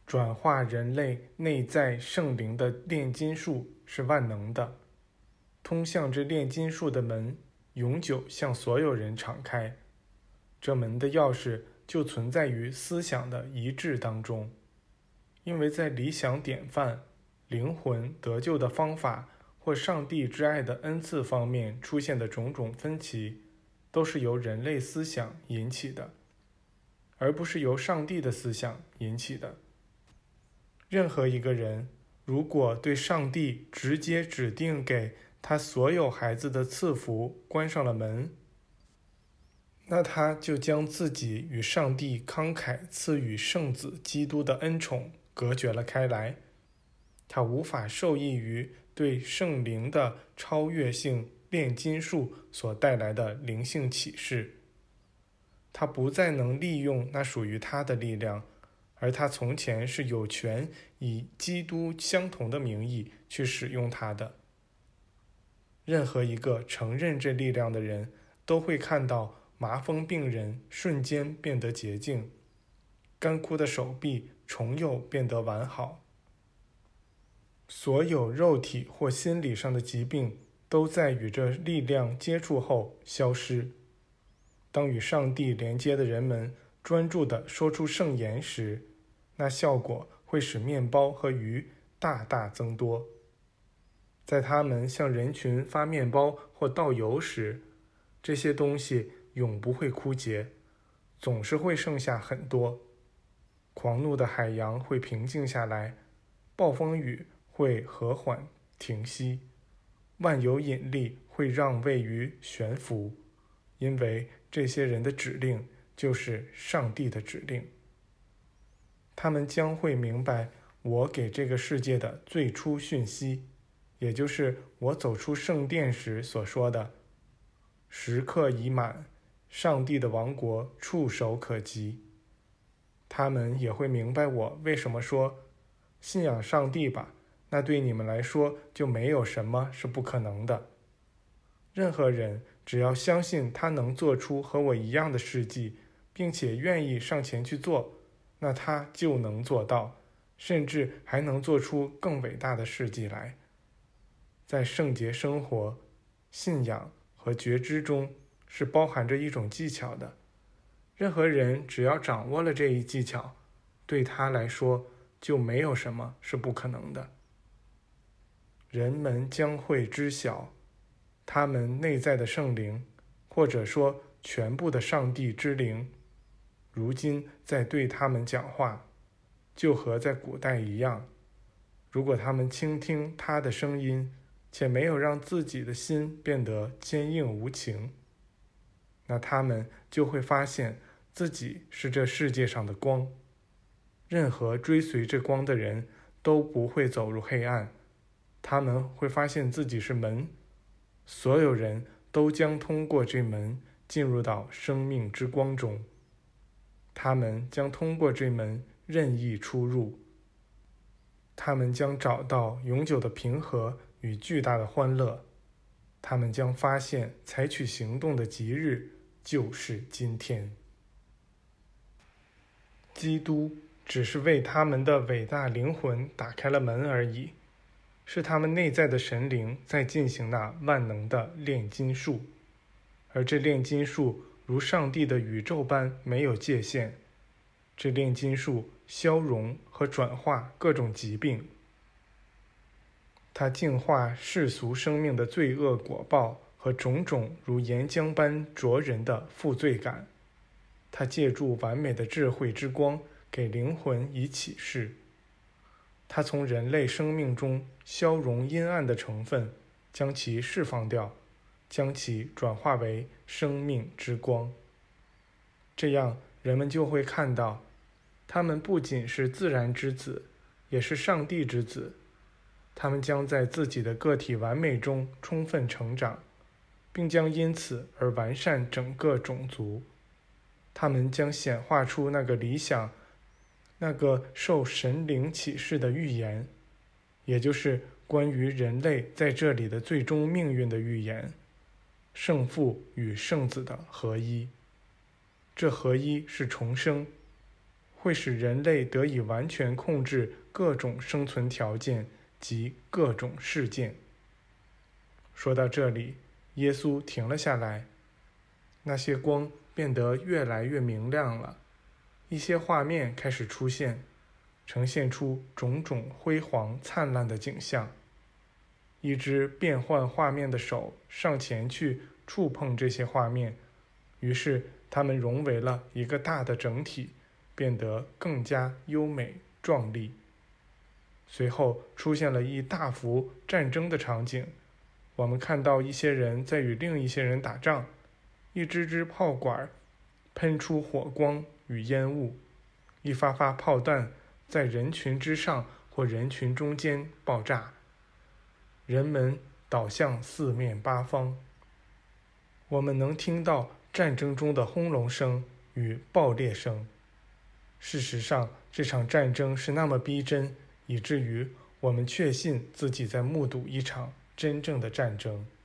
转化人类内在圣灵的炼金术是万能的，通向这炼金术的门永久向所有人敞开。这门的钥匙就存在于思想的一致当中，因为在理想典范、灵魂得救的方法或上帝之爱的恩赐方面出现的种种分歧，都是由人类思想引起的，而不是由上帝的思想引起的。任何一个人如果对上帝直接指定给他所有孩子的赐福关上了门，那他就将自己与上帝慷慨赐予圣子基督的恩宠隔绝了开来，他无法受益于对圣灵的超越性炼金术所带来的灵性启示，他不再能利用那属于他的力量，而他从前是有权以基督相同的名义去使用它的。任何一个承认这力量的人都会看到麻风病人瞬间变得洁净，干枯的手臂重又变得完好。所有肉体或心理上的疾病都在与这力量接触后消失。当与上帝连接的人们专注地说出圣言时，那效果会使面包和鱼大大增多。在他们向人群发面包或倒油时，这些东西永不会枯竭，总是会剩下很多。狂怒的海洋会平静下来，暴风雨会和缓停息，万有引力会让位于悬浮，因为这些人的指令就是上帝的指令。他们将会明白我给这个世界的最初讯息，也就是我走出圣殿时所说的：时刻已满，上帝的王国触手可及。他们也会明白我为什么说信仰上帝吧，那对你们来说就没有什么是不可能的。任何人只要相信他能做出和我一样的事迹，并且愿意上前去做，那他就能做到，甚至还能做出更伟大的事迹来。在圣洁生活、信仰和觉知中是包含着一种技巧的，任何人只要掌握了这一技巧，对他来说就没有什么是不可能的。人们将会知晓，他们内在的圣灵，或者说全部的上帝之灵，如今在对他们讲话，就和在古代一样。如果他们倾听他的声音，且没有让自己的心变得坚硬无情，那他们就会发现自己是这世界上的光。任何追随这光的人都不会走入黑暗，他们会发现自己是门，所有人都将通过这门进入到生命之光中。他们将通过这门任意出入，他们将找到永久的平和与巨大的欢乐，他们将发现采取行动的吉日就是今天。基督只是为他们的伟大灵魂打开了门而已，是他们内在的神灵在进行那万能的炼金术，而这炼金术如上帝的宇宙般没有界限。这炼金术消融和转化各种疾病，它净化世俗生命的罪恶果报和种种如岩浆般灼人的负罪感。它借助完美的智慧之光给灵魂以启示。它从人类生命中消融阴暗的成分，将其释放掉，将其转化为生命之光。这样人们就会看到，他们不仅是自然之子，也是上帝之子。他们将在自己的个体完美中充分成长，并将因此而完善整个种族。他们将显化出那个理想，那个受神灵启示的预言，也就是关于人类在这里的最终命运的预言，圣父与圣子的合一。这合一是重生， 会使人类得以完全控制各种生存条件及各种事件。说到这里，耶稣停了下来，那些光变得越来越明亮了，一些画面开始出现，呈现出种种辉煌灿烂的景象。一只变换画面的手上前去触碰这些画面，于是它们融为了一个大的整体，变得更加优美壮丽。随后出现了一大幅战争的场景，我们看到一些人在与另一些人打仗，一支支炮管喷出火光与烟雾，一发发炮弹在人群之上或人群中间爆炸，人们倒向四面八方。我们能听到战争中的轰隆声与爆裂声。事实上，这场战争是那么逼真，以至于我们确信自己在目睹一场真正的战争。